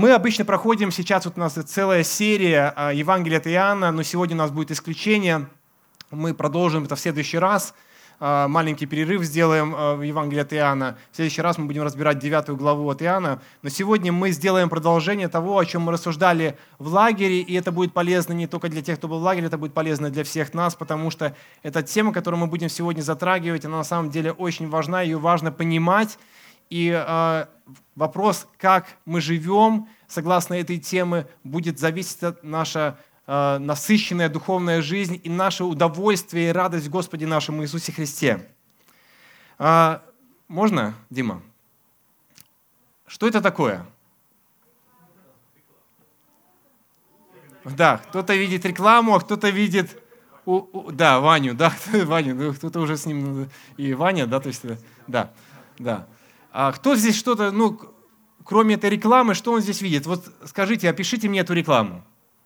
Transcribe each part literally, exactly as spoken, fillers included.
Мы обычно проходим, сейчас вот у нас целая серия Евангелия от Иоанна, но сегодня у нас будет исключение. Мы продолжим это в следующий раз. Маленький перерыв сделаем в Евангелии от Иоанна. В следующий раз мы будем разбирать девятую главу от Иоанна. Но сегодня мы сделаем продолжение того, о чем мы рассуждали в лагере, и это будет полезно не только для тех, кто был в лагере, это будет полезно для всех нас, потому что эта тема, которую мы будем сегодня затрагивать, она на самом деле очень важна, ее важно понимать. И э, вопрос, как мы живем, согласно этой теме, будет зависеть от наша э, насыщенная духовная жизнь и наше удовольствие и радость в Господе нашем Иисусе Христе. Э, можно, Дима? Что это такое? Да, кто-то видит рекламу, а кто-то видит... У, у, да, Ваню, да, Ваню, кто-то уже с ним... И Ваня, да, то есть... Да, да. А кто здесь что-то, ну, кроме этой рекламы, что он здесь видит? Вот скажите, опишите мне эту рекламу.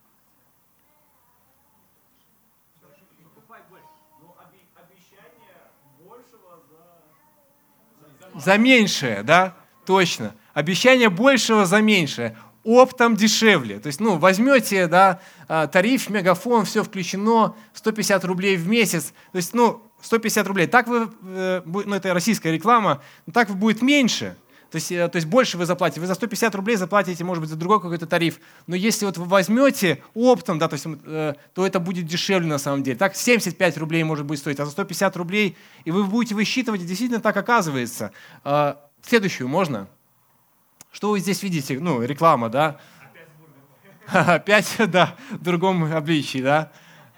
За меньшее, да? Точно. Обещание большего за меньшее. Оптом дешевле. То есть, ну, возьмете, да, тариф, мегафон, все включено, сто пятьдесят рублей в месяц. То есть, ну, сто пятьдесят рублей. Так вы, ну, это российская реклама, так будет меньше. То есть, то есть больше вы заплатите. Вы за сто пятьдесят рублей заплатите, может быть, за другой какой-то тариф. Но если вот вы возьмете оптом, да, то, есть, то это будет дешевле на самом деле. Так семьдесят пять рублей может быть стоить, а за сто пятьдесят рублей, и вы будете высчитывать, и действительно так оказывается. Следующую можно? Что вы здесь видите? Ну, реклама, да? Опять, да, в другом обличии, да?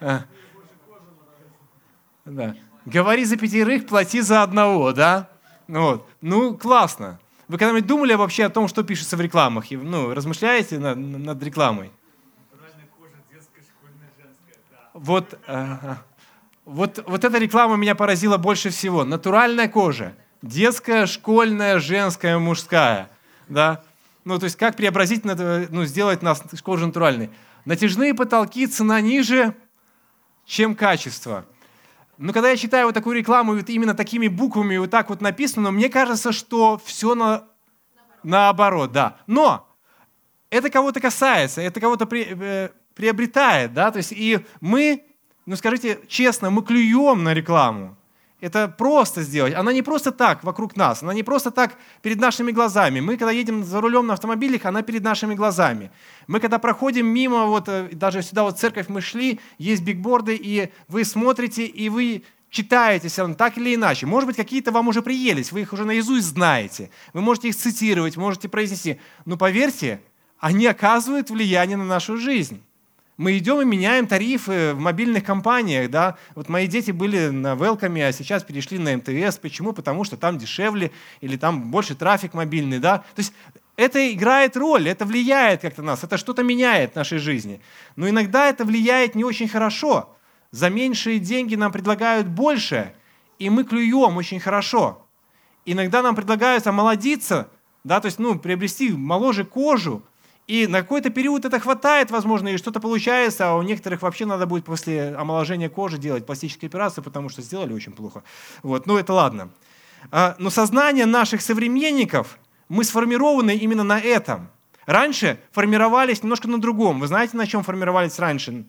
Да. Говори за пятерых, плати за одного, да? Вот. Ну, классно. Вы когда-нибудь думали вообще о том, что пишется в рекламах? Ну, размышляете над, над рекламой? Натуральная кожа, детская, школьная, женская, да. Вот, ага. вот, вот эта реклама меня поразила больше всего. Натуральная кожа. Детская, школьная, женская, мужская. Да? Ну, то есть как преобразить, ну, сделать нас кожу натуральной. Натяжные потолки, цена ниже, чем качество. Но когда я читаю вот такую рекламу, вот именно такими буквами вот так вот написано, мне кажется, что все на... наоборот, да. Но это кого-то касается, это кого-то при... э, приобретает, да, то есть и мы, ну скажите честно, мы клюем на рекламу. Это просто сделать. Она не просто так вокруг нас, она не просто так перед нашими глазами. Мы, когда едем за рулем на автомобилях, она перед нашими глазами. Мы, когда проходим мимо, вот даже сюда вот в церковь мы шли, есть бигборды, и вы смотрите, и вы читаете все равно так или иначе. Может быть, какие-то вам уже приелись, вы их уже наизусть знаете. Вы можете их цитировать, можете произнести. Но поверьте, они оказывают влияние на нашу жизнь. Мы идем и меняем тарифы в мобильных компаниях. Да? Вот мои дети были на Велкоме, а сейчас перешли на эм тэ эс. Почему? Потому что там дешевле или там больше трафик мобильный. Да? То есть это играет роль, это влияет как-то на нас, это что-то меняет в нашей жизни. Но иногда это влияет не очень хорошо. За меньшие деньги нам предлагают больше, и мы клюем очень хорошо. Иногда нам предлагают омолодиться, да? То есть ну, приобрести моложе кожу. И на какой-то период это хватает, возможно, и что-то получается, а у некоторых вообще надо будет после омоложения кожи делать пластические операции, потому что сделали очень плохо. Вот. Ну, это ладно. Но сознание наших современников, мы сформированы именно на этом. Раньше формировались немножко на другом. Вы знаете, на чем формировались раньше?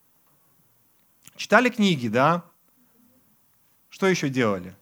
Читали книги, да? Что еще делали?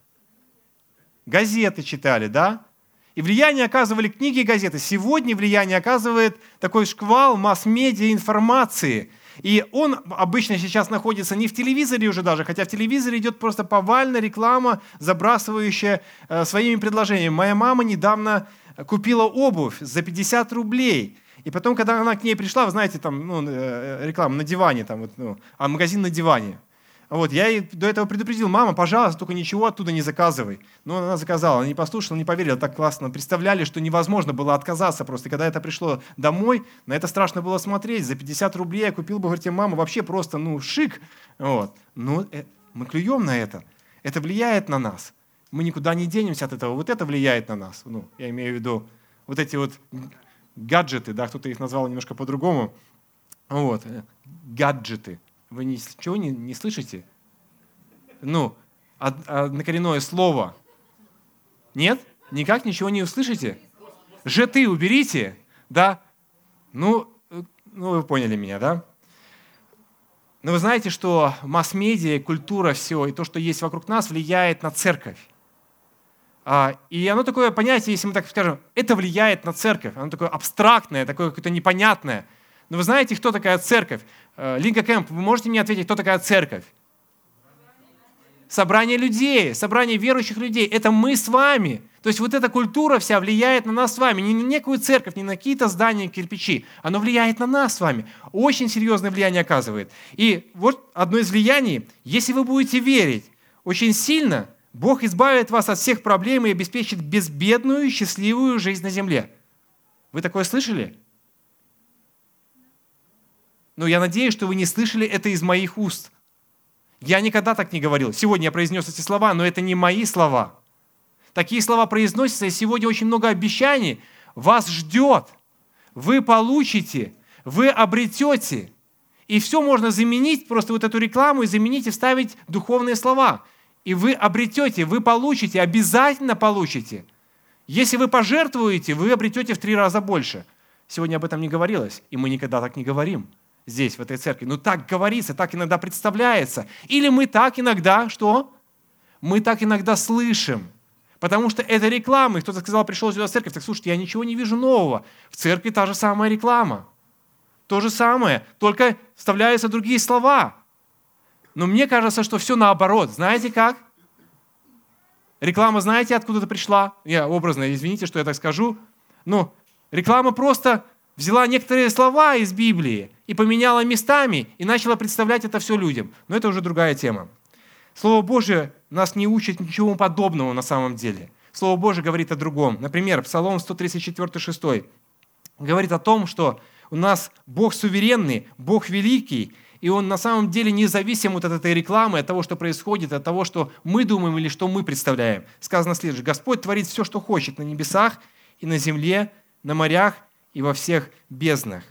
Газеты читали, да? И влияние оказывали книги и газеты. Сегодня влияние оказывает такой шквал масс-медиа информации. И он обычно сейчас находится не в телевизоре уже даже, хотя в телевизоре идет просто повальная реклама, забрасывающая э, своими предложениями. Моя мама недавно купила обувь за пятьдесят рублей. И потом, когда она к ней пришла, вы знаете, там ну, э, реклама на диване, там, вот, ну, а магазин на диване. Вот, я ей до этого предупредил: мама, пожалуйста, только ничего оттуда не заказывай. Но она заказала, она не послушала, не поверила, так классно. Представляли, что невозможно было отказаться просто. И когда это пришло домой, на это страшно было смотреть. За пятьдесят рублей я купил бы, говорите, мама, вообще просто, ну, шик. Вот. Ну, э, мы клюем на это. Это влияет на нас. Мы никуда не денемся от этого. Вот это влияет на нас. Ну, я имею в виду вот эти вот гаджеты, да, кто-то их назвал немножко по-другому. Вот, гаджеты. Вы ничего не, не слышите? Ну, однокоренное слово. Нет? Никак ничего не услышите? Жеты уберите, да? Ну, ну, вы поняли меня, да? Но вы знаете, что масс-медиа, культура, все, и то, что есть вокруг нас, влияет на церковь. А, и оно такое понятие, если мы так скажем, это влияет на церковь. Оно такое абстрактное, такое какое-то непонятное. Но вы знаете, кто такая церковь? Линка Кэмп, вы можете мне ответить, кто такая церковь? Собрание людей, собрание верующих людей. Это мы с вами. То есть вот эта культура вся влияет на нас с вами. Не на некую церковь, не на какие-то здания, кирпичи. Оно влияет на нас с вами. Очень серьезное влияние оказывает. И вот одно из влияний, если вы будете верить очень сильно, Бог избавит вас от всех проблем и обеспечит безбедную, счастливую жизнь на земле. Вы такое слышали? Но я надеюсь, что вы не слышали это из моих уст. Я никогда так не говорил. Сегодня я произнес эти слова, но это не мои слова. Такие слова произносятся, и сегодня очень много обещаний. Вас ждет. Вы получите, вы обретете. И все можно заменить, просто вот эту рекламу и заменить и вставить духовные слова. И вы обретете, вы получите, обязательно получите. Если вы пожертвуете, вы обретете в три раза больше. Сегодня об этом не говорилось, и мы никогда так не говорим здесь, в этой церкви. Но так говорится, так иногда представляется. Или мы так иногда, что? Мы так иногда слышим. Потому что это реклама. И кто-то сказал, пришел сюда в церковь, так слушайте, я ничего не вижу нового. В церкви та же самая реклама. То же самое, только вставляются другие слова. Но мне кажется, что все наоборот. Знаете как? Реклама, знаете, откуда-то пришла? Я образно, извините, что я так скажу. Но реклама просто взяла некоторые слова из Библии и поменяла местами, и начала представлять это все людям. Но это уже другая тема. Слово Божие нас не учит ничего подобного на самом деле. Слово Божие говорит о другом. Например, Псалом сто тридцать четыре, шесть говорит о том, что у нас Бог суверенный, Бог великий, и Он на самом деле независим от этой рекламы, от того, что происходит, от того, что мы думаем или что мы представляем. Сказано следующее. Господь творит все, что хочет на небесах и на земле, на морях и во всех безднах.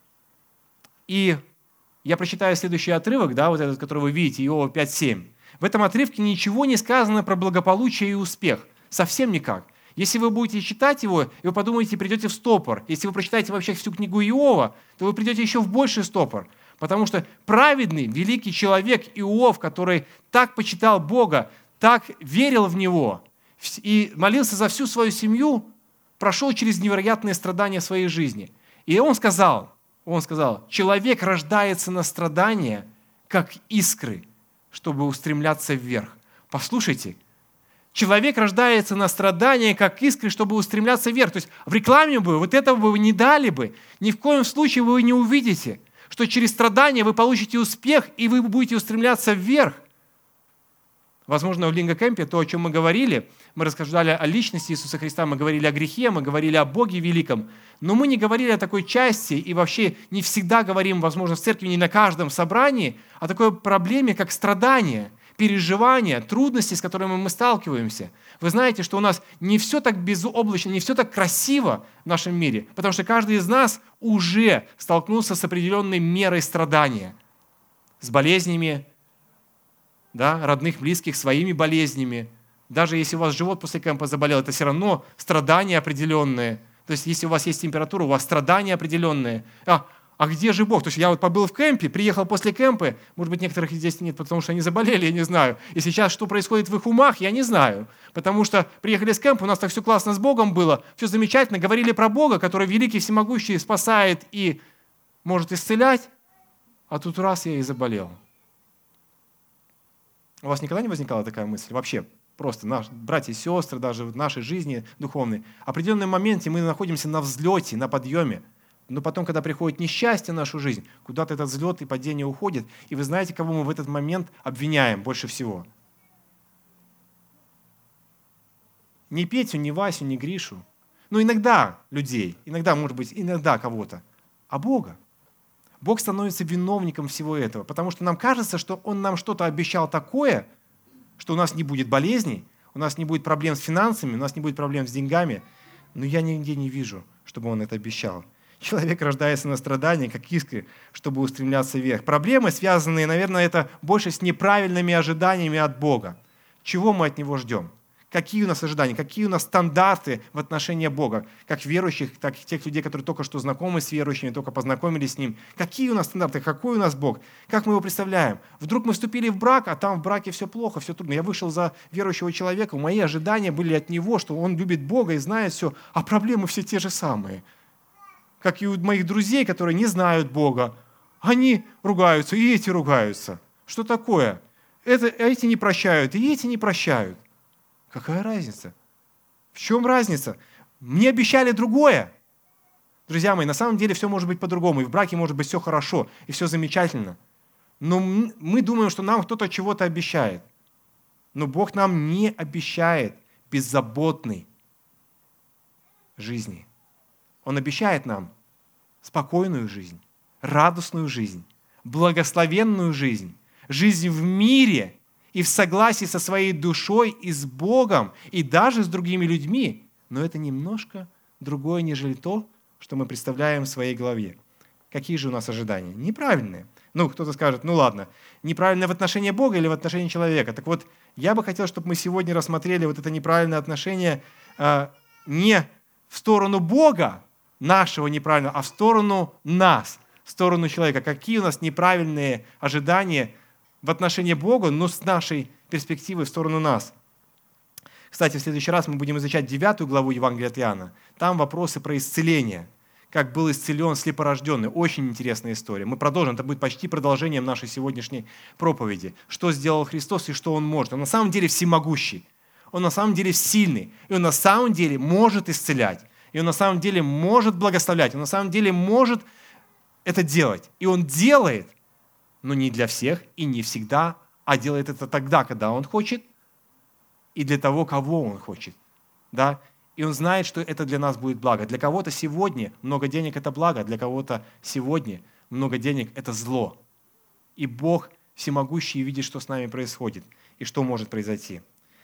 И я прочитаю следующий отрывок, да, вот этот, который вы видите, Иова пять семь. В этом отрывке ничего не сказано про благополучие и успех. Совсем никак. Если вы будете читать его, и вы подумаете, придете в стопор. Если вы прочитаете вообще всю книгу Иова, то вы придете еще в больший стопор. Потому что праведный, великий человек Иов, который так почитал Бога, так верил в Него и молился за всю свою семью, прошел через невероятные страдания в своей жизни. И он сказал, он сказал, человек рождается на страдания, как искры, чтобы устремляться вверх. Послушайте, человек рождается на страдания, как искры, чтобы устремляться вверх. То есть в рекламе бы вот этого бы вы не дали бы, ни в коем случае вы не увидите, что через страдания вы получите успех, и вы будете устремляться вверх. Возможно, в Линга-Кэмпе то, о чем мы говорили, мы рассказали о личности Иисуса Христа, мы говорили о грехе, мы говорили о Боге великом, но мы не говорили о такой части, и вообще не всегда говорим, возможно, в церкви, не на каждом собрании, о такой проблеме, как страдания, переживания, трудности, с которыми мы сталкиваемся. Вы знаете, что у нас не все так безоблачно, не все так красиво в нашем мире, потому что каждый из нас уже столкнулся с определенной мерой страдания, с болезнями, да, родных, близких, своими болезнями. Даже если у вас живот после кэмпа заболел, это все равно страдания определенные. То есть если у вас есть температура, у вас страдания определенные. А, а где же Бог? То есть я вот побыл в кемпе, приехал после кемпа, может быть, некоторых здесь нет, потому что они заболели, я не знаю. И сейчас что происходит в их умах, я не знаю. Потому что приехали с кемпа, у нас так все классно с Богом было, все замечательно, говорили про Бога, который великий, всемогущий, спасает и может исцелять, а тут раз я и заболел. У вас никогда не возникала такая мысль? Вообще, просто наши братья и сестры, даже в нашей жизни духовной, в определенном моменте мы находимся на взлете, на подъеме. Но потом, когда приходит несчастье в нашу жизнь, куда-то этот взлет и падение уходит, и вы знаете, кого мы в этот момент обвиняем больше всего? Не Петю, не Васю, не Гришу. Ну, иногда людей, иногда, может быть, иногда кого-то, а Бога. Бог становится виновником всего этого, потому что нам кажется, что Он нам что-то обещал такое, что у нас не будет болезней, у нас не будет проблем с финансами, у нас не будет проблем с деньгами, но я нигде не вижу, чтобы Он это обещал. Человек рождается на страдании, как искры, чтобы устремляться вверх. Проблемы, связанные, наверное, это больше с неправильными ожиданиями от Бога. Чего мы от Него ждем? Какие у нас ожидания, какие у нас стандарты в отношении Бога, как верующих, так и тех людей, которые только что знакомы с верующими, только познакомились с Ним. Какие у нас стандарты, какой у нас Бог, как мы его представляем. Вдруг мы вступили в брак, а там в браке все плохо, все трудно. Я вышел за верующего человека, мои ожидания были от него, что он любит Бога и знает все, а проблемы все те же самые. Как и у моих друзей, которые не знают Бога, они ругаются, и эти ругаются. Что такое? Это, эти не прощают, и эти не прощают. Какая разница? В чем разница? Мне обещали другое. Друзья мои, на самом деле все может быть по-другому. И в браке может быть все хорошо, и все замечательно. Но мы думаем, что нам кто-то чего-то обещает. Но Бог нам не обещает беззаботной жизни. Он обещает нам спокойную жизнь, радостную жизнь, благословенную жизнь, жизнь в мире и в согласии со своей душой и с Богом, и даже с другими людьми. Но это немножко другое, нежели то, что мы представляем в своей голове. Какие же у нас ожидания? Неправильные. Ну, кто-то скажет, ну ладно, неправильное в отношении Бога или в отношении человека. Так вот, я бы хотел, чтобы мы сегодня рассмотрели вот это неправильное отношение э, не в сторону Бога, нашего неправильного, а в сторону нас, в сторону человека. Какие у нас неправильные ожидания в отношении Бога, но с нашей перспективы в сторону нас. Кстати, в следующий раз мы будем изучать девятую главу Евангелия от Иоанна. Там вопросы про исцеление. Как был исцелен слепорожденный. Очень интересная история. Мы продолжим. Это будет почти продолжением нашей сегодняшней проповеди. Что сделал Христос и что Он может. Он на самом деле всемогущий. Он на самом деле сильный. И Он на самом деле может исцелять. И Он на самом деле может благословлять. Он на самом деле может это делать. И Он делает, но не для всех и не всегда, а делает это тогда, когда Он хочет, и для того, кого Он хочет. Да? И Он знает, что это для нас будет благо. Для кого-то сегодня много денег – это благо, для кого-то сегодня много денег – это зло. И Бог всемогущий видит, что с нами происходит и что может произойти.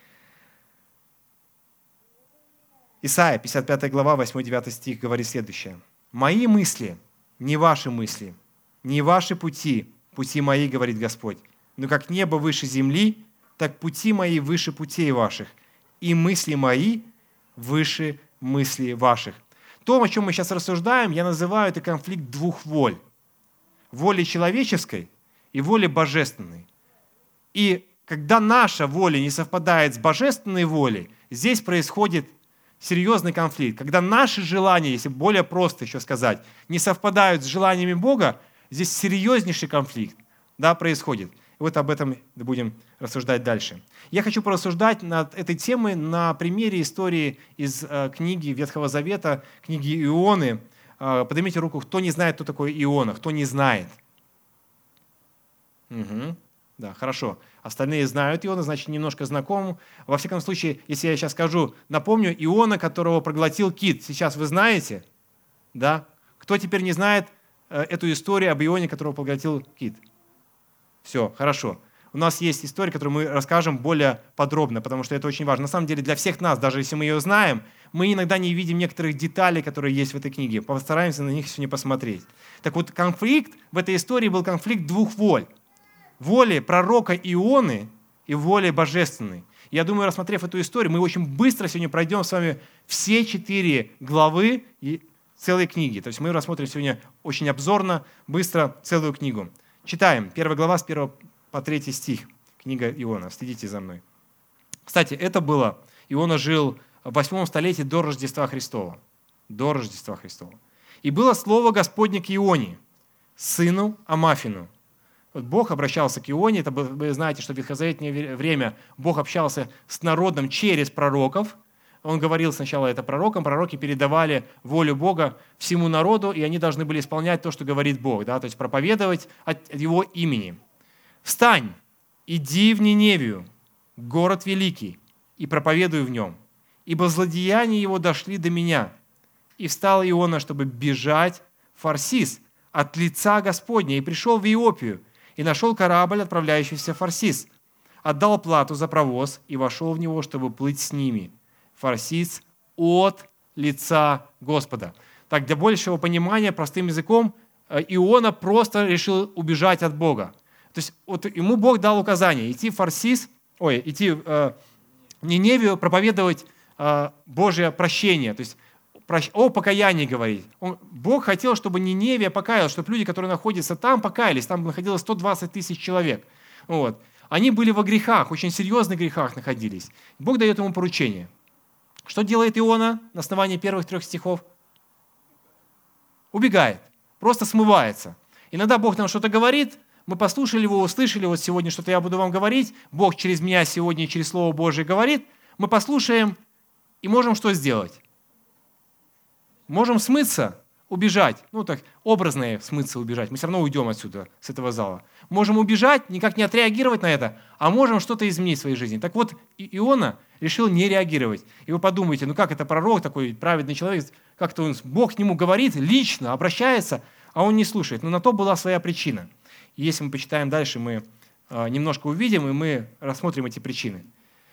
Исайя, пятьдесят пятая глава, восьмой-девятый стих говорит следующее. «Мои мысли, не ваши мысли, не ваши пути, пути мои, говорит Господь, но как небо выше земли, так пути мои выше путей ваших, и мысли мои выше мыслей ваших». То, о чем мы сейчас рассуждаем, я называю это конфликт двух воль. Воли человеческой и воли божественной. И когда наша воля не совпадает с божественной волей, здесь происходит серьезный конфликт. Когда наши желания, если более просто еще сказать, не совпадают с желаниями Бога, здесь серьезнейший конфликт, да, происходит. И вот об этом будем рассуждать дальше. Я хочу порассуждать над этой темой на примере истории из э, книги Ветхого Завета, книги Ионы. Э, поднимите руку, кто не знает, кто такой Иона, кто не знает. Угу. Да, хорошо. Остальные знают Иона, значит, немножко знаком. Во всяком случае, если я сейчас скажу, напомню, Иона, которого проглотил кит. Сейчас вы знаете? Да? Кто теперь не знает э, эту историю об Ионе, которого проглотил кит? Все, хорошо. У нас есть история, которую мы расскажем более подробно, потому что это очень важно. На самом деле для всех нас, даже если мы ее знаем, мы иногда не видим некоторых деталей, которые есть в этой книге. Постараемся на них сегодня посмотреть. Так вот, конфликт в этой истории был конфликт двух воль. Воли пророка Ионы и воли божественной. Я думаю, рассмотрев эту историю, мы очень быстро сегодня пройдем с вами все четыре главы и целой книги. То есть мы рассмотрим сегодня очень обзорно, быстро целую книгу. Читаем. Первая глава с первого по третий стих. Книга Иона. Следите за мной. Кстати, это было... Иона жил в восьмом столетии до Рождества Христова. До Рождества Христова. «И было слово Господне к Ионе, сыну Амафину». Вот Бог обращался к Ионе. Это вы знаете, что в ветхозаветное время Бог общался с народом через пророков. Он говорил сначала это пророкам, пророки передавали волю Бога всему народу, и они должны были исполнять то, что говорит Бог, да, то есть проповедовать от Его имени. «Встань, иди в Ниневию, город великий, и проповедуй в нем, ибо злодеяния его дошли до меня. И встал Иона, чтобы бежать в Фарсис от лица Господня, и пришел в Иопию, и нашел корабль, отправляющийся в Фарсис, отдал плату за провоз и вошел в него, чтобы плыть с ними. Фарсис от лица Господа». Так, для большего понимания, простым языком, Иона просто решил убежать от Бога. То есть вот ему Бог дал указание идти в Фарсис, ой, идти э, Ниневию проповедовать э, Божье прощение, то есть о покаянии говорить. Он, Бог хотел, чтобы Ниневия покаялась, чтобы люди, которые находятся там, покаялись. Там находилось сто двадцать тысяч человек. Вот. Они были во грехах, очень серьезных грехах находились. Бог дает ему поручение. Что делает Иона на основании первых трех стихов? Убегает, просто смывается. Иногда Бог нам что-то говорит, мы послушали его, услышали, вот сегодня что-то я буду вам говорить, Бог через меня сегодня через Слово Божие говорит, мы послушаем и можем что сделать? Можем смыться, убежать. Ну, так, образно смыться, убежать. Мы все равно уйдем отсюда, с этого зала. Можем убежать, никак не отреагировать на это, а можем что-то изменить в своей жизни. Так вот, Иона решил не реагировать. И вы подумаете, ну как это пророк, такой праведный человек, как-то он, Бог к нему говорит, лично обращается, а он не слушает. Но на то была своя причина. И если мы почитаем дальше, мы э, немножко увидим, и мы рассмотрим эти причины.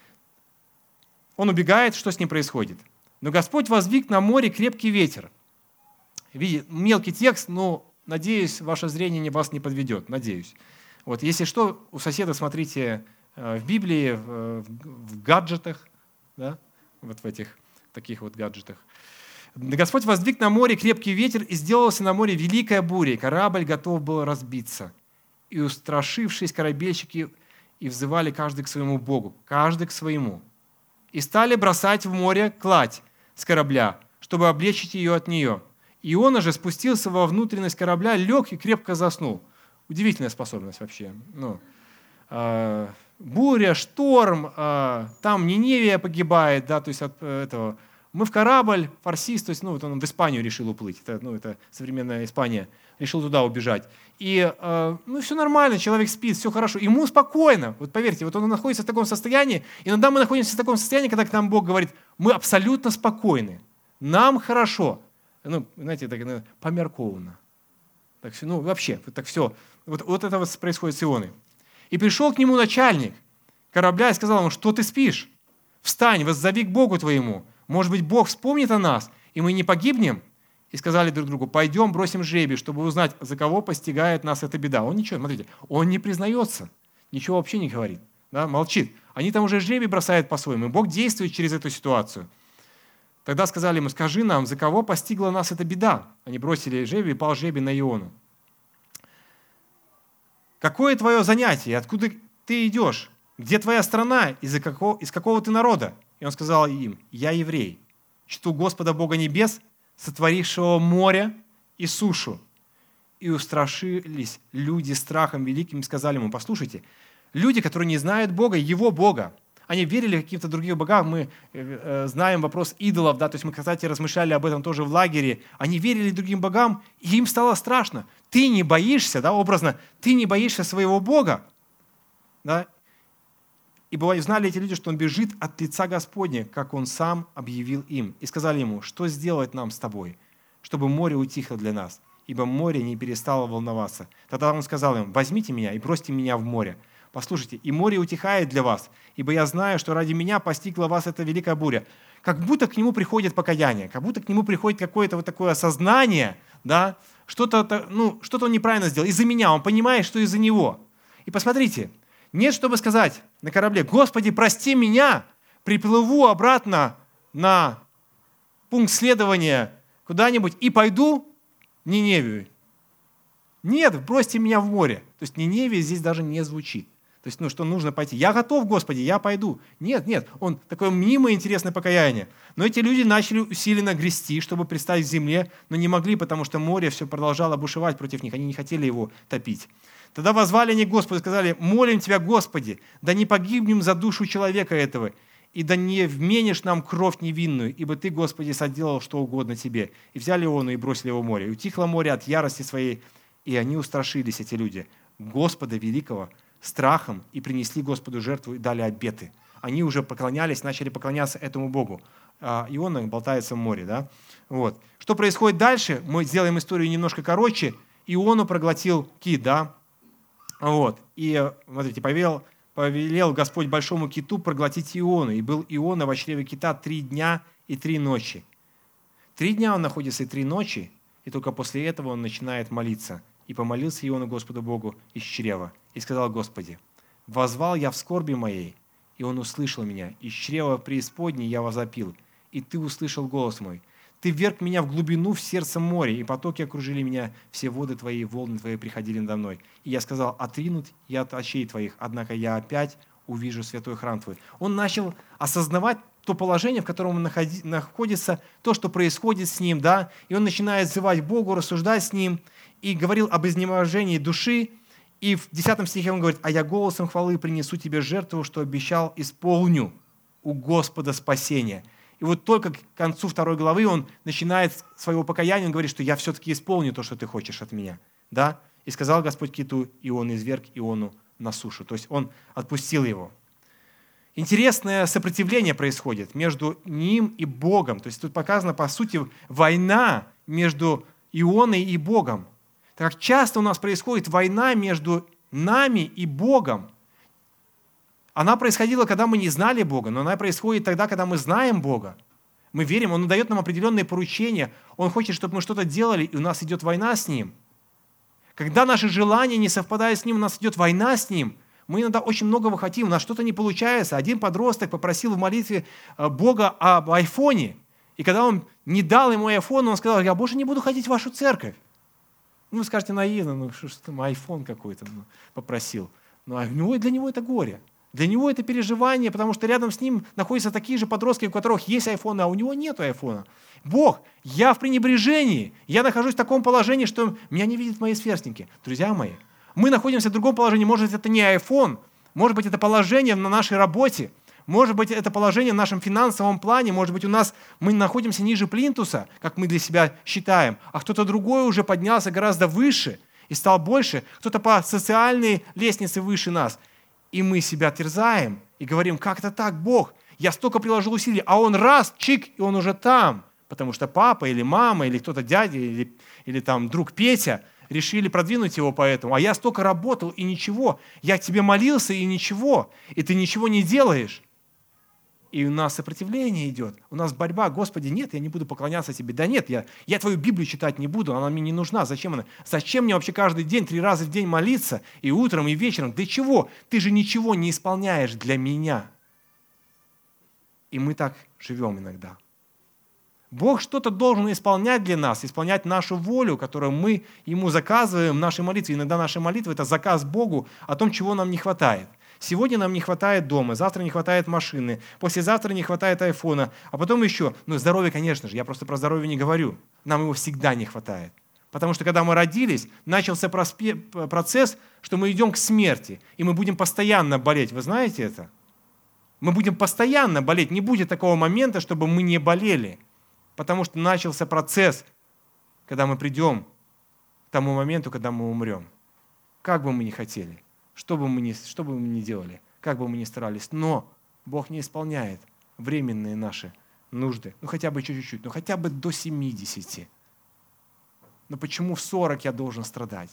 Он убегает, что с ним происходит? Но Господь воздвиг на море крепкий ветер. Видите, мелкий текст, но, надеюсь, ваше зрение вас не подведет. Надеюсь. Вот, если что, у соседа смотрите в Библии, в, в гаджетах, да? Вот в этих таких вот гаджетах. Господь воздвиг на море крепкий ветер, и сделался на море великая буря, и корабль готов был разбиться. И устрашившись корабельщики, и взывали каждый к своему Богу, каждый к своему. И стали бросать в море кладь с корабля, чтобы облегчить ее от нее. Иона же спустился во внутренность корабля, лег и крепко заснул. Удивительная способность вообще. Ну, э, буря, шторм, э, там Ниневия погибает, да, то есть от этого. Мы в корабль, фарсист, то есть, ну, вот он в Испанию решил уплыть, это, ну, это современная Испания, решил туда убежать. И, э, ну, все нормально, человек спит, все хорошо, ему спокойно. Вот поверьте, вот он находится в таком состоянии, иногда мы находимся в таком состоянии, когда к нам Бог говорит, мы абсолютно спокойны, нам хорошо. Ну, знаете, так, ну, померковано. Так, ну, вообще, вот так все. Вот, вот это вот происходит с Ионой. И пришел к нему начальник корабля и сказал ему, что ты спишь? Встань, воззови к Богу твоему. Может быть, Бог вспомнит о нас, и мы не погибнем? И сказали друг другу, пойдем бросим жребий, чтобы узнать, за кого постигает нас эта беда. Он ничего, смотрите, он не признается, ничего вообще не говорит, да, молчит. Они там уже жребий бросают по-своему, и Бог действует через эту ситуацию. Тогда сказали ему, скажи нам, за кого постигла нас эта беда? Они бросили жребий, и пал жребий на Иону. Какое твое занятие? Откуда ты идешь? Где твоя страна? Из какого, из какого ты народа? И он сказал им, я еврей, чту Господа Бога небес, сотворившего море и сушу. И устрашились люди страхом великим и сказали ему, послушайте, люди, которые не знают Бога, Его Бога, они верили в каких-то других богах, мы э, знаем вопрос идолов, да, то есть мы, кстати, размышляли об этом тоже в лагере, они верили другим богам, и им стало страшно. Ты не боишься, да, образно, ты не боишься своего Бога, да, и знали эти люди, что он бежит от лица Господня, как он сам объявил им. И сказали ему, что сделать нам с тобой, чтобы море утихло для нас, ибо море не перестало волноваться. Тогда он сказал им, возьмите меня и бросьте меня в море. Послушайте, и море утихает для вас, ибо я знаю, что ради меня постигла вас эта великая буря. Как будто к нему приходит покаяние, как будто к нему приходит какое-то вот такое осознание, да, что-то, ну, что-то он неправильно сделал. Из-за меня, он понимает, что из-за него. И посмотрите, нет, чтобы сказать на корабле, Господи, прости меня, приплыву обратно на пункт следования куда-нибудь и пойду в Ниневию. Нет, бросьте меня в море. То есть Ниневия здесь даже не звучит. То есть, ну, что нужно пойти. Я готов, Господи, я пойду. Нет, нет, он такое мнимое интересное покаяние. Но эти люди начали усиленно грести, чтобы пристать к земле, но не могли, потому что море все продолжало бушевать против них. Они не хотели его топить. Тогда воззвали они к Господу и сказали, молим Тебя, Господи, да не погибнем за душу человека этого, и да не вменишь нам кровь невинную, ибо Ты, Господи, соделал что угодно Тебе. И взяли Иону и бросили его в море. И утихло море от ярости своей, и они устрашились, эти люди, Господа Великого, страхом, и принесли Господу жертву и дали обеты. Они уже поклонялись, начали поклоняться этому Богу. А Иона болтается в море. Да? Вот. Что происходит дальше? Мы сделаем историю немножко короче. Иону проглотил кит, да? Вот. И, смотрите, повелел, повелел Господь большому киту проглотить Иону. И был Иона во чреве кита три дня и три ночи. Три дня он находится и три ночи, и только после этого он начинает молиться. И помолился Иона Господу Богу из чрева. И сказал Господи, воззвал я в скорби моей, И он услышал меня. Из чрева преисподней я возопил. И ты услышал голос мой. Ты вверг меня в глубину, в сердце моря, и потоки окружили меня, все воды твои, волны твои приходили надо мной. И я сказал, отринут я от очей твоих, однако я опять увижу святой храм твой. Он начал осознавать то положение, в котором он находится, то, что происходит с ним, да, и он начинает взывать Богу, рассуждать с ним, и говорил об изнеможении души, и в десятом стихе он говорит, а я голосом хвалы принесу тебе жертву, что обещал, исполню у Господа спасение. И вот только к концу второй главы он начинает своего покаяния, он говорит, что я все-таки исполню то, что ты хочешь от меня. Да? И сказал Господь киту, и он изверг Иону на сушу. То есть он отпустил его. Интересное сопротивление происходит между ним и Богом. То есть тут показана, по сути, война между Ионой и Богом. Так как часто у нас происходит война между нами и Богом. Она происходила, когда мы не знали Бога, но она происходит тогда, когда мы знаем Бога. Мы верим, Он дает нам определенные поручения, Он хочет, чтобы мы что-то делали, и у нас идет война с Ним. Когда наши желания не совпадают с Ним, у нас идет война с Ним. Мы иногда очень многого хотим, у нас что-то не получается. Один подросток попросил в молитве Бога об айфоне, и когда он не дал ему айфон, он сказал, я больше не буду ходить в вашу церковь. Ну, вы скажете наивно, ну что ж там айфон какой-то ну, попросил. Но для него это горе. Для него это переживание, потому что рядом с ним находятся такие же подростки, у которых есть айфоны, а у него нет айфона. Бог, я в пренебрежении, я нахожусь в таком положении, что меня не видят мои сверстники. Друзья мои, мы находимся в другом положении, может быть, это не айфон, может быть, это положение на нашей работе, может быть, это положение в нашем финансовом плане, может быть, у нас мы находимся ниже плинтуса, как мы для себя считаем, а кто-то другой уже поднялся гораздо выше и стал больше, кто-то по социальной лестнице выше нас. И мы себя терзаем и говорим, как это так, Бог? Я столько приложил усилий, а он раз, чик, и он уже там. Потому что папа или мама, или кто-то дядя, или, или там друг Петя решили продвинуть его поэтому. А я столько работал, и ничего. Я к тебе молился, и ничего. И ты ничего не делаешь. И у нас сопротивление идет, у нас борьба. Господи, нет, я не буду поклоняться тебе. Да нет, я, я твою Библию читать не буду, она мне не нужна. Зачем она? Зачем мне вообще каждый день, три раза в день молиться, и утром, и вечером? Для чего? Ты же ничего не исполняешь для меня. И мы так живем иногда. Бог что-то должен исполнять для нас, исполнять нашу волю, которую мы Ему заказываем в нашей молитве. Иногда наша молитва – это заказ Богу о том, чего нам не хватает. Сегодня нам не хватает дома, завтра не хватает машины, послезавтра не хватает айфона, а потом еще, ну здоровье, конечно же, я просто про здоровье не говорю, нам его всегда не хватает. Потому что когда мы родились, начался процесс, что мы идем к смерти, и мы будем постоянно болеть. Вы знаете это? Мы будем постоянно болеть, не будет такого момента, чтобы мы не болели, потому что начался процесс, когда мы придем к тому моменту, когда мы умрем. Как бы мы ни хотели. Что бы, мы ни, что бы мы ни делали, как бы мы ни старались, но Бог не исполняет временные наши нужды, ну хотя бы чуть-чуть, ну хотя бы до семидесяти. Но почему в сорок я должен страдать?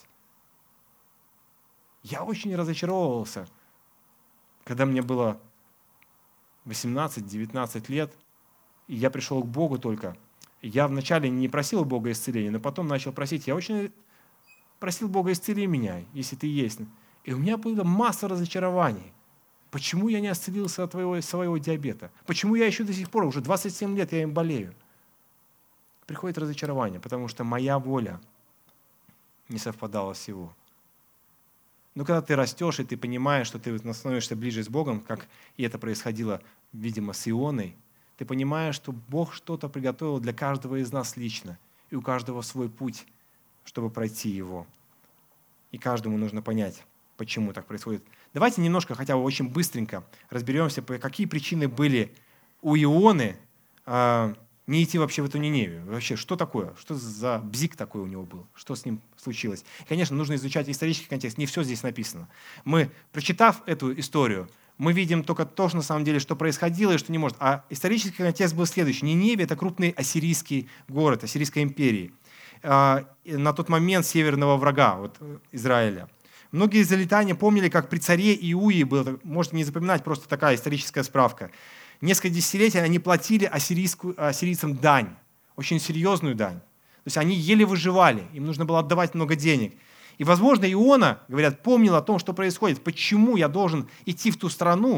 Я очень разочаровывался, когда мне было восемнадцать-девятнадцать лет, и я пришел к Богу только. Я вначале не просил Бога исцеления, но потом начал просить. Я очень просил Бога, исцели меня, если ты есть. И у меня была масса разочарований. Почему я не исцелился от своего, своего диабета? Почему я еще до сих пор, уже двадцать семь лет, я им болею? Приходит разочарование, потому что моя воля не совпадала с его. Но когда ты растешь, и ты понимаешь, что ты становишься ближе с Богом, как и это происходило, видимо, с Ионой, ты понимаешь, что Бог что-то приготовил для каждого из нас лично, и у каждого свой путь, чтобы пройти его. И каждому нужно понять, почему так происходит. Давайте немножко, хотя бы очень быстренько разберемся, какие причины были у Ионы э, не идти вообще в эту Ниневию. Вообще, что такое? Что за бзик такой у него был? Что с ним случилось? И, конечно, нужно изучать исторический контекст. Не все здесь написано. Мы, прочитав эту историю, мы видим только то, что на самом деле, что происходило и что не может. А исторический контекст был следующий. Ниневия – это крупный ассирийский город, Ассирийской империи. Э, на тот момент северного врага вот, Израиля. Многие израильтяне помнили, как при царе Иуи было, можете не запоминать, просто такая историческая справка. Несколько десятилетий они платили ассирийцам дань, очень серьезную дань. То есть они еле выживали, им нужно было отдавать много денег. И, возможно, Иона, говорят, помнил о том, что происходит, почему я должен идти в ту страну,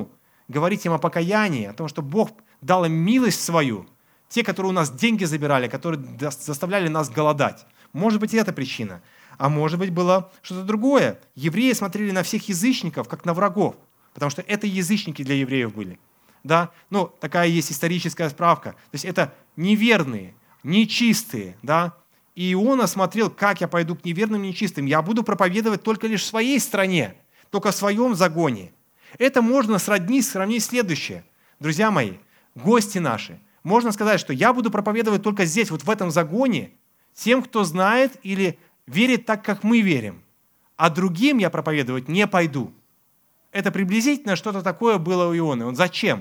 говорить им о покаянии, о том, что Бог дал им милость свою, те, которые у нас деньги забирали, которые заставляли нас голодать. Может быть, и это причина. А может быть, было что-то другое. Евреи смотрели на всех язычников, как на врагов, потому что это язычники для евреев были. Да? Ну, такая есть историческая справка. То есть это неверные, нечистые. Да? И Иона смотрел, как я пойду к неверным, нечистым. Я буду проповедовать только лишь в своей стране, только в своем загоне. Это можно сроднить, сравнить следующее. Друзья мои, гости наши, можно сказать, что я буду проповедовать только здесь, вот в этом загоне, тем, кто знает или верит так, как мы верим. А другим я проповедовать не пойду. Это приблизительно что-то такое было у Ионы. Он зачем?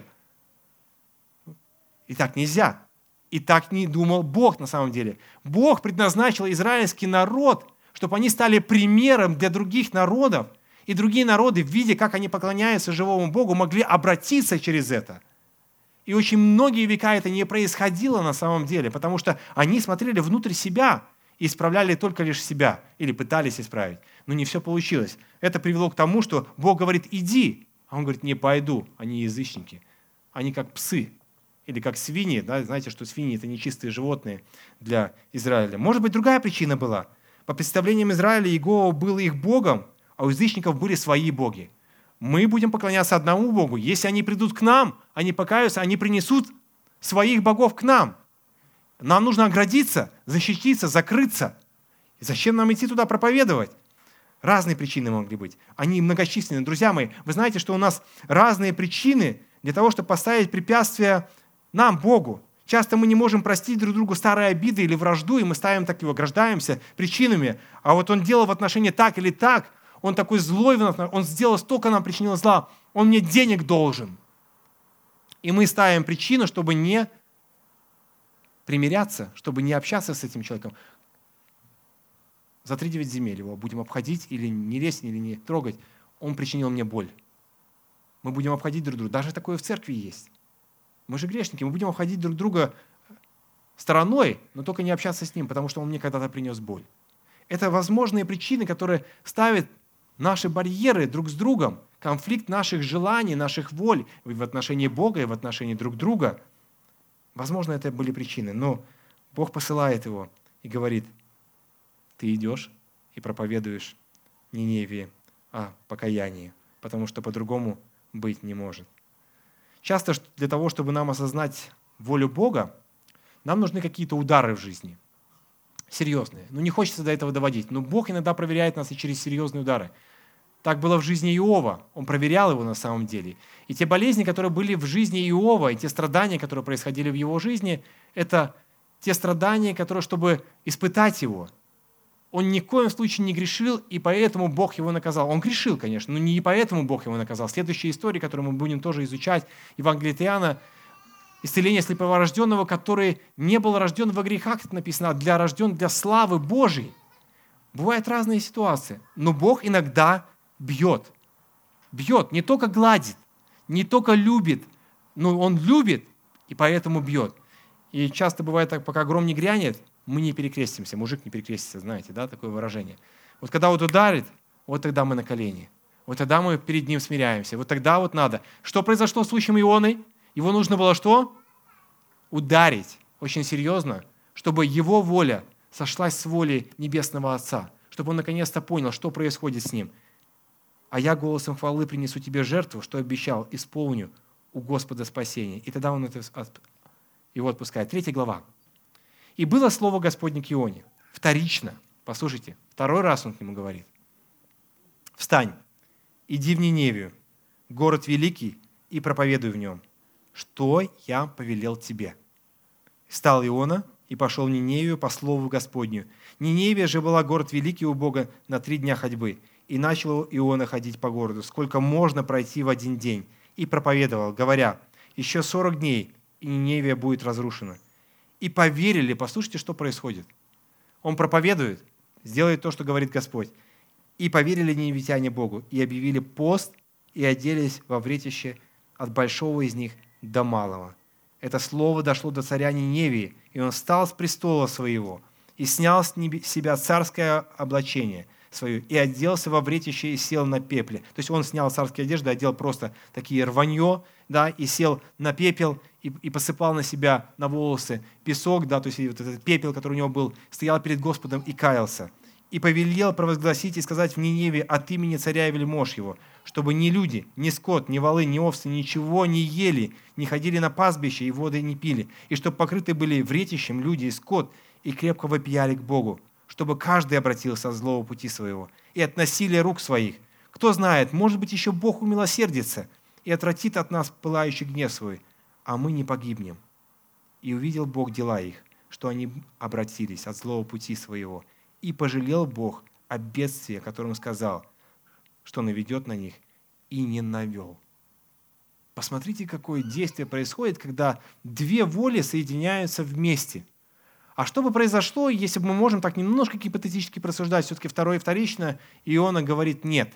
И так нельзя. И так не думал Бог на самом деле. Бог предназначил израильский народ, чтобы они стали примером для других народов, и другие народы, видя, как они поклоняются живому Богу, могли обратиться через это. И очень многие века это не происходило на самом деле, потому что они смотрели внутрь себя и исправляли только лишь себя, или пытались исправить. Но не все получилось. Это привело к тому, что Бог говорит: иди. А он говорит: не пойду. Они язычники. Они как псы. Или как свиньи. Да? Знаете, что свиньи – это нечистые животные для Израиля. Может быть, другая причина была. По представлениям Израиля, Иегова был их Богом, а у язычников были свои боги. Мы будем поклоняться одному Богу. Если они придут к нам, они покаются, они принесут своих богов к нам. Нам нужно оградиться, защититься, закрыться. И зачем нам идти туда проповедовать? Разные причины могли быть. Они многочисленны. Друзья мои, вы знаете, что у нас разные причины для того, чтобы поставить препятствия нам, Богу. Часто мы не можем простить друг другу старые обиды или вражду, и мы ставим так его, ограждаемся причинами. А вот он делал в отношении так или так, он такой злой, он сделал столько нам причинил зла, он мне денег должен. И мы ставим причину, чтобы не примиряться, чтобы не общаться с этим человеком. За три девять земель его будем обходить или не лезть, или не трогать. Он причинил мне боль. Мы будем обходить друг друга. Даже такое в церкви есть. Мы же грешники, мы будем обходить друг друга стороной, но только не общаться с ним, потому что он мне когда-то принес боль. Это возможные причины, которые ставят наши барьеры друг с другом, конфликт наших желаний, наших воль в отношении Бога и в отношении друг друга. Возможно, это были причины, но Бог посылает его и говорит: ты идешь и проповедуешь Ниневии о покаянии, потому что по-другому быть не может. Часто для того, чтобы нам осознать волю Бога, нам нужны какие-то удары в жизни. Серьезные. Ну, не хочется до этого доводить, но Бог иногда проверяет нас и через серьезные удары. Так было в жизни Иова. Он проверял его на самом деле. И те болезни, которые были в жизни Иова, и те страдания, которые происходили в его жизни, это те страдания, которые, чтобы испытать его. Он ни в коем случае не грешил, и поэтому Бог его наказал. Он грешил, конечно, но не поэтому Бог его наказал. Следующая история, которую мы будем тоже изучать, Евангелие от Иоанна, исцеление слепорожденного, который не был рожден во грехах, это написано, а для, рожден для славы Божьей. Бывают разные ситуации, но Бог иногда бьет. Бьет, не только гладит, не только любит, но Он любит и поэтому бьет. И часто бывает так, пока гром не грянет, мы не перекрестимся, мужик не перекрестится, знаете, да, такое выражение. Вот когда вот ударит, вот тогда мы на колени, вот тогда мы перед Ним смиряемся, вот тогда вот надо. Что произошло с случаем Ионы? Его нужно было что? Ударить очень серьезно, чтобы его воля сошлась с волей Небесного Отца, чтобы он наконец-то понял, что происходит с ним. А я голосом хвалы принесу тебе жертву, что обещал, исполню у Господа спасение. И тогда он это, его отпускает. Третья глава. И было слово Господне к Ионе. Вторично. Послушайте, второй раз он к нему говорит. Встань, иди в Ниневию, город великий, и проповедуй в нем, что я повелел тебе. Встал Иона и пошел в Ниневию по слову Господню. Ниневия же была город великий у Бога на три дня ходьбы. И начал Иона ходить по городу, сколько можно пройти в один день. И проповедовал, говоря, еще сорок дней, и Ниневия будет разрушена. И поверили, послушайте, что происходит. Он проповедует, сделает то, что говорит Господь. И поверили ниневитяне Богу, и объявили пост, и оделись во вретище от большого из них до малого. Это слово дошло до царя Ниневии, и он встал с престола своего, и снял с себя царское облачение, свою и оделся во вретище и сел на пепле. То есть он снял царские одежды, одел просто такие рванье, да, и сел на пепел и, и посыпал на себя, на волосы песок, да, то есть вот этот пепел, который у него был, стоял перед Господом и каялся. И повелел провозгласить и сказать в Ниневе от имени царя и вельмож его, чтобы ни люди, ни скот, ни волы, ни овцы ничего не ели, не ходили на пастбище и воды не пили, и чтобы покрыты были вретищем люди и скот, и крепко вопияли к Богу, чтобы каждый обратился от злого пути своего и от насилия рук своих. Кто знает, может быть, еще Бог умилосердится и отвратит от нас пылающий гнев свой, а мы не погибнем. И увидел Бог дела их, что они обратились от злого пути своего, и пожалел Бог о бедствии, о котором сказал, что наведет на них, и не навел. Посмотрите, какое действие происходит, когда две воли соединяются вместе. А что бы произошло, если бы мы можем так немножко гипотетически просуждать, все-таки второе и вторично, Иона говорит «нет».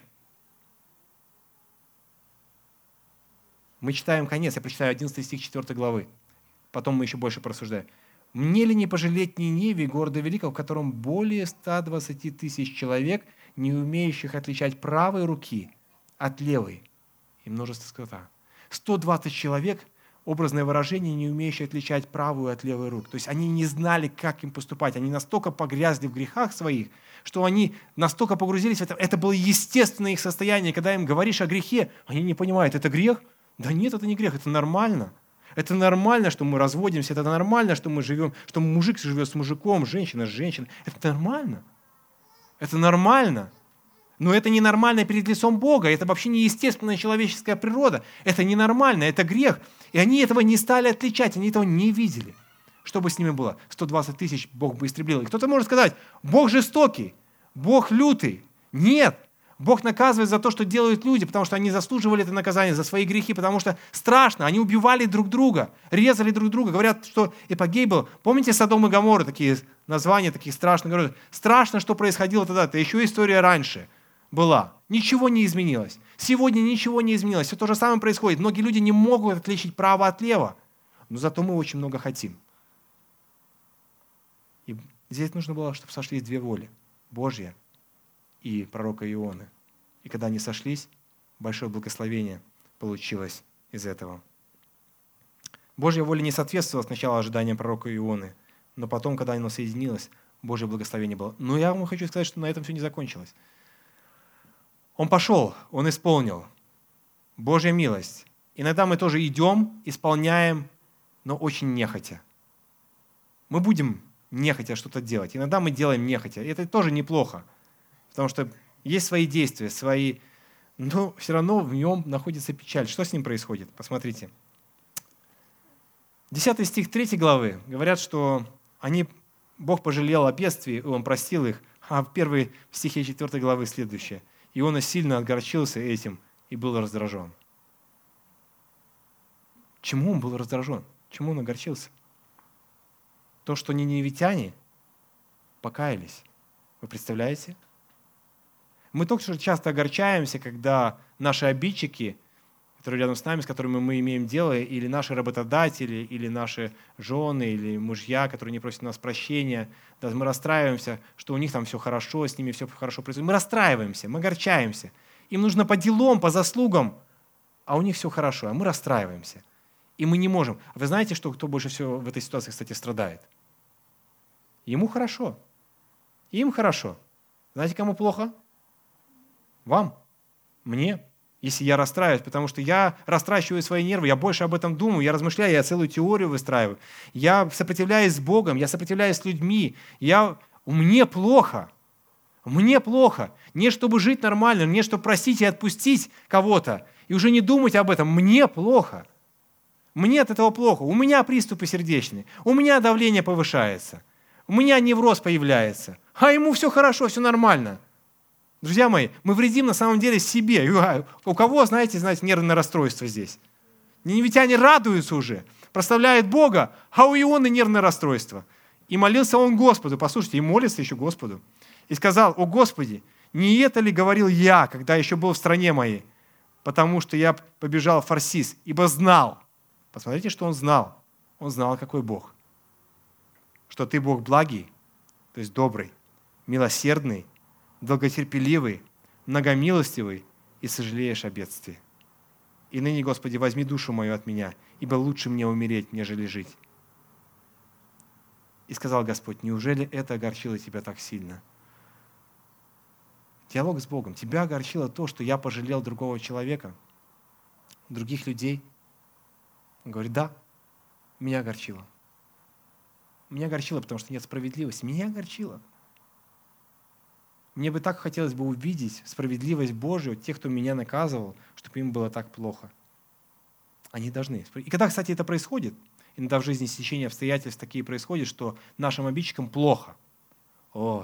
Мы читаем конец, я прочитаю одиннадцатый стих четвёртой главы, потом мы еще больше просуждаем. «Мне ли не пожалеть Ниневии, города великого, в котором более ста двадцати тысяч человек, не умеющих отличать правой руки от левой, и множество скота». сто двадцать человек, образное выражение, не умеющие отличать правую от левой рук. То есть они не знали, как им поступать. Они настолько погрязли в грехах своих, что они настолько погрузились в это. Это было естественное их состояние. Когда им говоришь о грехе, они не понимают, это грех? Да нет, это не грех, это нормально. Это нормально, что мы разводимся, это нормально, что мы живем, что мужик живет с мужиком, женщина с женщиной. Это нормально. Это нормально. Но это ненормально перед лицом Бога. Это вообще не естественная человеческая природа. Это ненормально, это грех. И они этого не стали отличать, они этого не видели. Что бы с ними было? сто двадцать тысяч Бог бы истребил. И кто-то может сказать, Бог жестокий, Бог лютый. Нет. Бог наказывает за то, что делают люди, потому что они заслуживали это наказание за свои грехи, потому что страшно, они убивали друг друга, резали друг друга. Говорят, что эпогей был. Помните Содом и Гоморра, такие названия, таких страшных городов? Страшно, что происходило тогда. Это еще история раньше была. Ничего не изменилось. Сегодня ничего не изменилось. Все то же самое происходит. Многие люди не могут отличить право от лева, но зато мы очень много хотим. И здесь нужно было, чтобы сошлись две воли. Божья и пророка Ионы. И когда они сошлись, большое благословение получилось из этого. Божья воля не соответствовала сначала ожиданиям пророка Ионы, но потом, когда оно соединилось, Божье благословение было. Но я вам хочу сказать, что на этом все не закончилось. Он пошел, он исполнил. Божья милость. Иногда мы тоже идем, исполняем, но очень нехотя. Мы будем нехотя что-то делать. Иногда мы делаем нехотя. И это тоже неплохо. Потому что есть свои действия, свои, но все равно в нем находится печаль. Что с ним происходит? Посмотрите. Десятый стих третьей главы говорят, что они, Бог пожалел о бедствии, и Он простил их. А в первой стихе четвёртой главы следующее. Иона сильно огорчился этим и был раздражен. Чему он был раздражен? Чему он огорчился? То, что ниневитяне покаялись. Вы представляете? Мы только что часто огорчаемся, когда наши обидчики, которые рядом с нами, с которыми мы имеем дело, или наши работодатели, или наши жены, или мужья, которые не просят у нас прощения, да, мы расстраиваемся, что у них там все хорошо, с ними все хорошо происходит. Мы расстраиваемся, мы огорчаемся. Им нужно по делам, по заслугам, а у них все хорошо, а мы расстраиваемся. И мы не можем. Вы знаете, что кто больше всего в этой ситуации, кстати, страдает? Ему хорошо. Им хорошо. Знаете, кому плохо? Вам, мне, если я расстраиваюсь, потому что я растрачиваю свои нервы, я больше об этом думаю, я размышляю, я целую теорию выстраиваю, я сопротивляюсь с Богом, я сопротивляюсь с людьми, я... мне плохо, мне плохо, не чтобы жить нормально, не чтобы простить и отпустить кого-то, и уже не думать об этом, мне плохо, мне от этого плохо, у меня приступы сердечные, у меня давление повышается, у меня невроз появляется, а ему все хорошо, все нормально. Друзья мои, мы вредим на самом деле себе. У кого, знаете, знаете, нервное расстройство здесь? Ниневитяне радуются уже, прославляют Бога, а у Ионы нервное расстройство. И молился он Господу, послушайте, и молится еще Господу. И сказал: «О Господи, не это ли говорил я, когда еще был в стране моей? Потому что я побежал в Фарсис, ибо знал». Посмотрите, что он знал. Он знал, какой Бог. Что ты Бог благий, то есть добрый, милосердный, долготерпеливый, многомилостивый и сожалеешь о бедствии. И ныне, Господи, возьми душу мою от меня, ибо лучше мне умереть, нежели жить. И сказал Господь: неужели это огорчило тебя так сильно? Диалог с Богом. Тебя огорчило то, что я пожалел другого человека, других людей? Он говорит: да, меня огорчило. Меня огорчило, потому что нет справедливости. Меня огорчило. Мне бы так хотелось бы увидеть справедливость Божию тех, кто меня наказывал, чтобы им было так плохо. Они должны. И когда, кстати, это происходит, иногда в жизни стечение обстоятельств такие происходят, что нашим обидчикам плохо. О,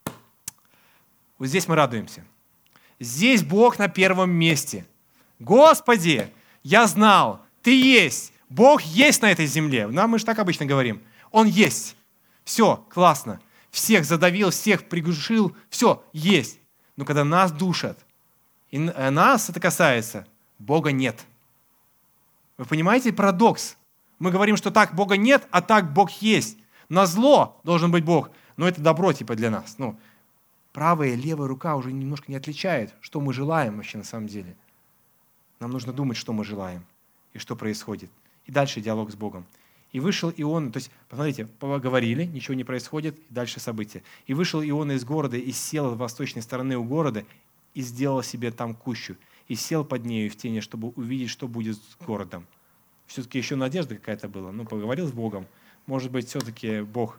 вот здесь мы радуемся. Здесь Бог на первом месте. Господи, я знал, Ты есть. Бог есть на этой земле. Нам мы же так обычно говорим. Он есть. Все, классно. Всех задавил, всех приглушил. Все, есть. Но когда нас душат, и нас это касается, Бога нет. Вы понимаете парадокс? Мы говорим, что так Бога нет, а так Бог есть. На зло должен быть Бог, но это добро типа для нас. Ну, правая и левая рука уже немножко не отличает, что мы желаем вообще на самом деле. Нам нужно думать, что мы желаем и что происходит. И дальше диалог с Богом. И вышел Иона, то есть, посмотрите, поговорили, ничего не происходит, и дальше события. И вышел Иона из города, и сел с восточной стороны у города, и сделал себе там кущу, и сел под нею в тени, чтобы увидеть, что будет с городом. Все-таки еще надежда какая-то была. Ну, поговорил с Богом. Может быть, все-таки Бог,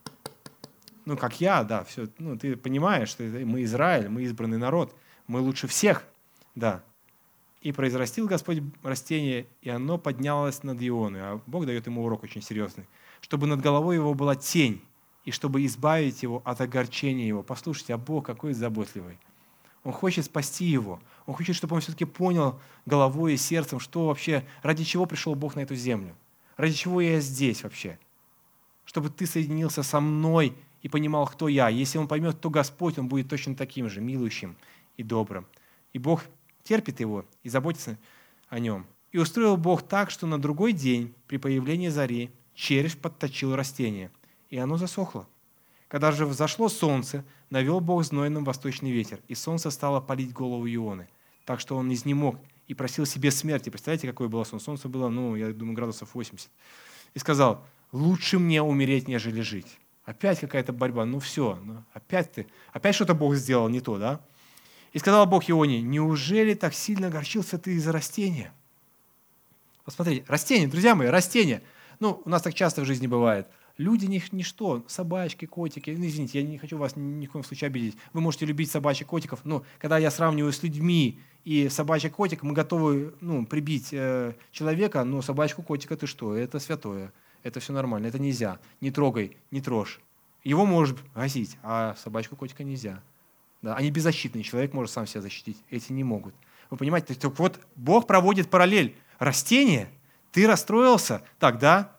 ну, как я, да, все, ну, ты понимаешь, что мы Израиль, мы избранный народ, мы лучше всех, да. И произрастил Господь растение, и оно поднялось над Ионой. А Бог дает ему урок очень серьезный. Чтобы над головой его была тень, и чтобы избавить его от огорчения его. Послушайте, а Бог какой заботливый. Он хочет спасти его. Он хочет, чтобы он все-таки понял головой и сердцем, что вообще, ради чего пришел Бог на эту землю. Ради чего я здесь вообще. Чтобы ты соединился со мной и понимал, кто я. Если он поймет, кто Господь, он будет точно таким же, милующим и добрым. И Бог терпит его и заботится о нем. И устроил Бог так, что на другой день при появлении зари червь подточил растение, и оно засохло. Когда же взошло солнце, навел Бог знойным восточный ветер, и солнце стало палить голову Ионы, так что он изнемог и просил себе смерти. Представляете, какое было солнце? Солнце было, ну, я думаю, градусов восемьдесят. И сказал: лучше мне умереть, нежели жить. Опять какая-то борьба, ну все, ну, опять ты, опять что-то Бог сделал не то, да? И сказал Бог Ионе: неужели так сильно огорчился ты из-за растения? Посмотрите, растения, друзья мои, растения. Ну, у нас так часто в жизни бывает. Люди них ничто, собачки, котики. Ну, извините, я не хочу вас ни в коем случае обидеть. Вы можете любить собачек, котиков, но когда я сравниваю с людьми и собачек, котик, мы готовы, ну, прибить э, человека, но собачку, котика ты что? Это святое, это все нормально, это нельзя. Не трогай, не трожь. Его можешь гасить, а собачку, котика нельзя. Да, они беззащитные, человек может сам себя защитить, эти не могут. Вы понимаете, то есть, вот Бог проводит параллель. Растение, ты расстроился, тогда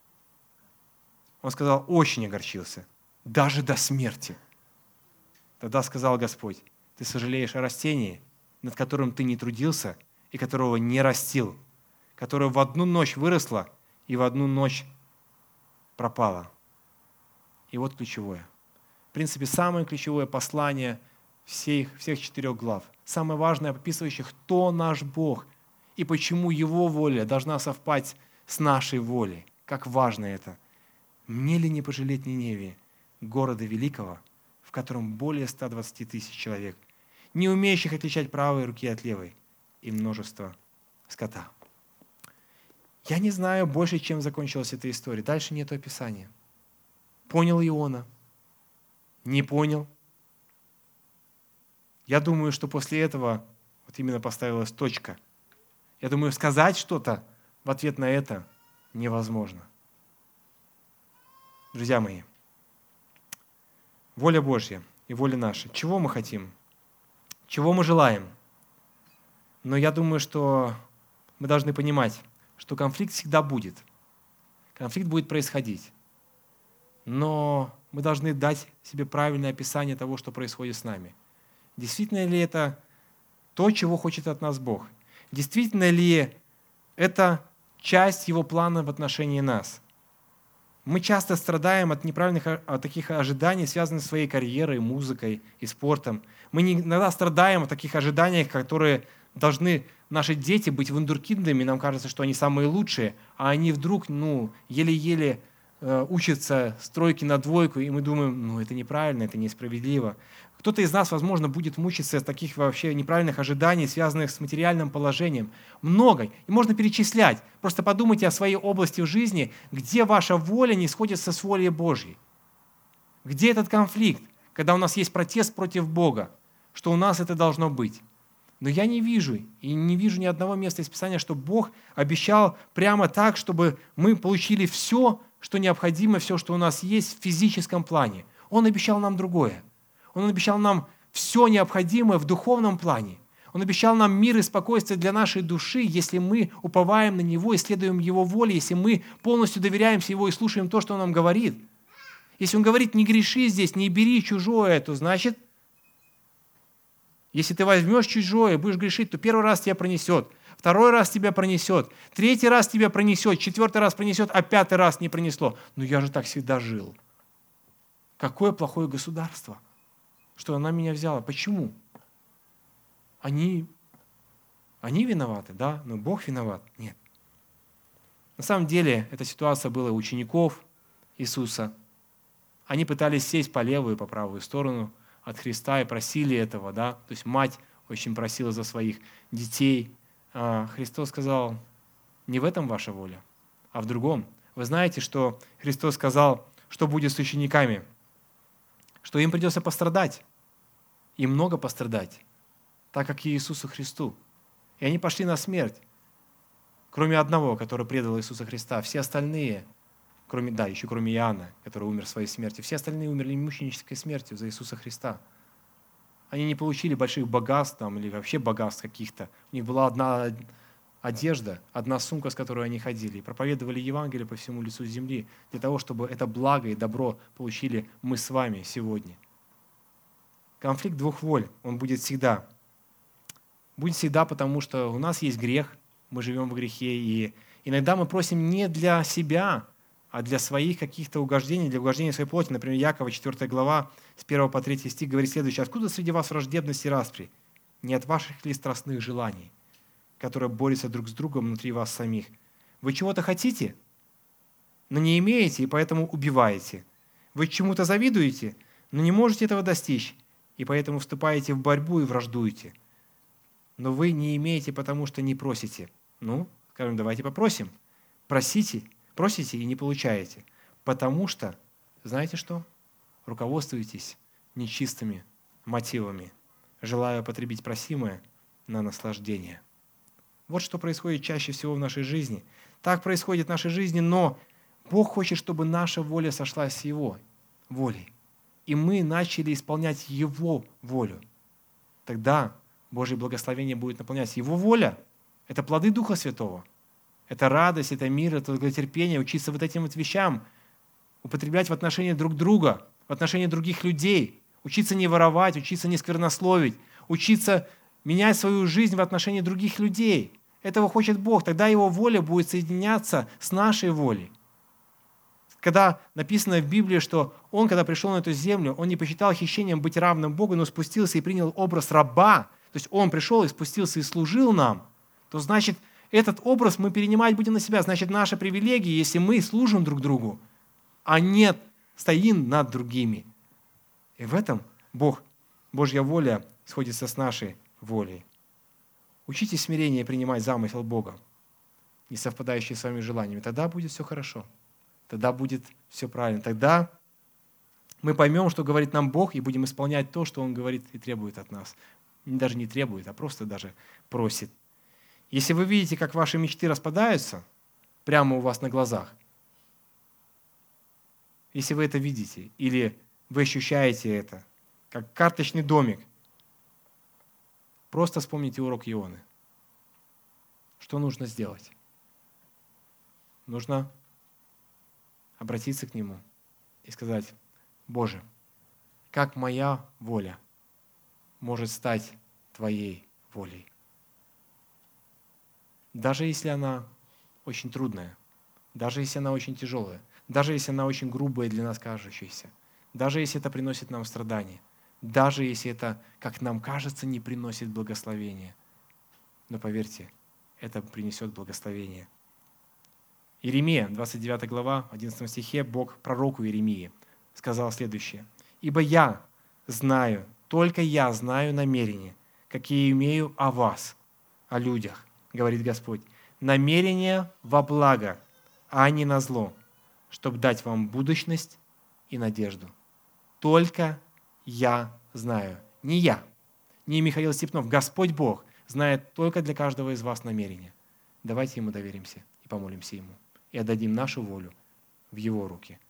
он сказал, очень огорчился, даже до смерти. Тогда сказал Господь: ты сожалеешь о растении, над которым ты не трудился и которого не растил, которое в одну ночь выросло и в одну ночь пропало. И вот ключевое. В принципе, самое ключевое послание всех, всех четырех глав. Самое важное, описывающее, кто наш Бог и почему Его воля должна совпасть с нашей волей. Как важно это. Мне ли не пожалеть Ниневии, города великого, в котором более ста двадцати тысяч человек, не умеющих отличать правой руки от левой, и множество скота. Я не знаю больше, чем закончилась эта история. Дальше нет описания. Понял Иона? Не понял? Я думаю, что после этого вот именно поставилась точка. Я думаю, сказать что-то в ответ на это невозможно. Друзья мои, воля Божья и воля наша. Чего мы хотим? Чего мы желаем? Но я думаю, что мы должны понимать, что конфликт всегда будет. Конфликт будет происходить. Но мы должны дать себе правильное описание того, что происходит с нами. Действительно ли это то, чего хочет от нас Бог? Действительно ли это часть Его плана в отношении нас? Мы часто страдаем от неправильных от таких ожиданий, связанных с своей карьерой, музыкой и спортом. Мы иногда страдаем от таких ожиданий, которые должны наши дети быть вундеркиндами. Нам кажется, что они самые лучшие, а они вдруг ну, еле-еле э, учатся с тройки на двойку, и мы думаем, ну это неправильно, это несправедливо. Кто-то из нас, возможно, будет мучиться от таких вообще неправильных ожиданий, связанных с материальным положением. Много. И можно перечислять. Просто подумайте о своей области в жизни, где ваша воля не сходится с волей Божьей. Где этот конфликт, когда у нас есть протест против Бога, что у нас это должно быть. Но я не вижу, и не вижу ни одного места из Писания, что Бог обещал прямо так, чтобы мы получили все, что необходимо, все, что у нас есть в физическом плане. Он обещал нам другое. Он обещал нам все необходимое в духовном плане. Он обещал нам мир и спокойствие для нашей души, если мы уповаем на Него и следуем Его воле, если мы полностью доверяемся Его и слушаем то, что Он нам говорит. Если Он говорит, не греши здесь, не бери чужое, то значит, если ты возьмешь чужое и будешь грешить, то первый раз тебя пронесет, второй раз тебя пронесет, третий раз тебя пронесет, четвертый раз пронесет, а пятый раз не пронесло. Но я же так всегда жил. Какое плохое государство, что она меня взяла. Почему? Они, они виноваты, да, но Бог виноват? Нет. На самом деле, эта ситуация была у учеников Иисуса. Они пытались сесть по левую и по правую сторону от Христа и просили этого, да. То есть мать очень просила за своих детей. А Христос сказал, не в этом ваша воля, а в другом. Вы знаете, что Христос сказал, что будет с учениками? Что им придется пострадать, и много пострадать, так как и Иисусу Христу. И они пошли на смерть, кроме одного, который предал Иисуса Христа. Все остальные, кроме, да, еще кроме Иоанна, который умер своей смертью, все остальные умерли мученической смертью за Иисуса Христа. Они не получили больших богатств там, или вообще богатств каких-то. У них была одна одежда, одна сумка, с которой они ходили, и проповедовали Евангелие по всему лицу земли, для того, чтобы это благо и добро получили мы с вами сегодня. Конфликт двух воль, он будет всегда. Будет всегда, потому что у нас есть грех, мы живем в грехе, и иногда мы просим не для себя, а для своих каких-то угождений, для угождения своей плоти. Например, Якова, четвёртая глава, с первого по третий стих говорит следующее. «Откуда среди вас враждебность и распри? Не от ваших ли страстных желаний, которые борются друг с другом внутри вас самих? Вы чего-то хотите, но не имеете, и поэтому убиваете. Вы чему-то завидуете, но не можете этого достичь, и поэтому вступаете в борьбу и враждуете. Но вы не имеете, потому что не просите». Ну, скажем, давайте попросим. Просите, просите и не получаете, потому что, знаете что? Руководствуетесь нечистыми мотивами, желая употребить просимое на наслаждение. Вот что происходит чаще всего в нашей жизни. Так происходит в нашей жизни, но Бог хочет, чтобы наша воля сошлась с Его волей. И мы начали исполнять Его волю. Тогда Божье благословение будет наполнять. Его воля – это плоды Духа Святого. Это радость, это мир, это долготерпение, учиться вот этим вот вещам, употреблять в отношении друг друга, в отношении других людей, учиться не воровать, учиться не сквернословить, учиться менять свою жизнь в отношении других людей. Этого хочет Бог. Тогда Его воля будет соединяться с нашей волей. Когда написано в Библии, что Он, когда пришел на эту землю, Он не посчитал хищением быть равным Богу, но спустился и принял образ раба. То есть Он пришел и спустился и служил нам. То значит, этот образ мы перенимать будем на себя. Значит, наша привилегия, если мы служим друг другу, а не стоим над другими. И в этом Бог, Божья воля сходится с нашей волей. Учитесь смирение принимать замысел Бога, не совпадающий с вами желаниями. Тогда будет все хорошо. Тогда будет все правильно. Тогда мы поймем, что говорит нам Бог, и будем исполнять то, что Он говорит и требует от нас. Даже не требует, а просто даже просит. Если вы видите, как ваши мечты распадаются прямо у вас на глазах, если вы это видите, или вы ощущаете это, как карточный домик, просто вспомните урок Ионы. Что нужно сделать? Нужно обратиться к Нему и сказать: Боже, как моя воля может стать Твоей волей? Даже если она очень трудная, даже если она очень тяжелая, даже если она очень грубая для нас кажущаяся, даже если это приносит нам страдания, даже если это, как нам кажется, не приносит благословения. Но поверьте, это принесет благословение. Иеремия, двадцать девятая глава, одиннадцатом стихе, Бог пророку Иеремии сказал следующее. «Ибо я знаю, только я знаю намерения, какие имею о вас, о людях, говорит Господь, намерения во благо, а не на зло, чтобы дать вам будущность и надежду. Только я знаю». Не я, не Михаил Степнов, Господь Бог знает только для каждого из вас намерения. Давайте Ему доверимся и помолимся Ему, и отдадим нашу волю в Его руки.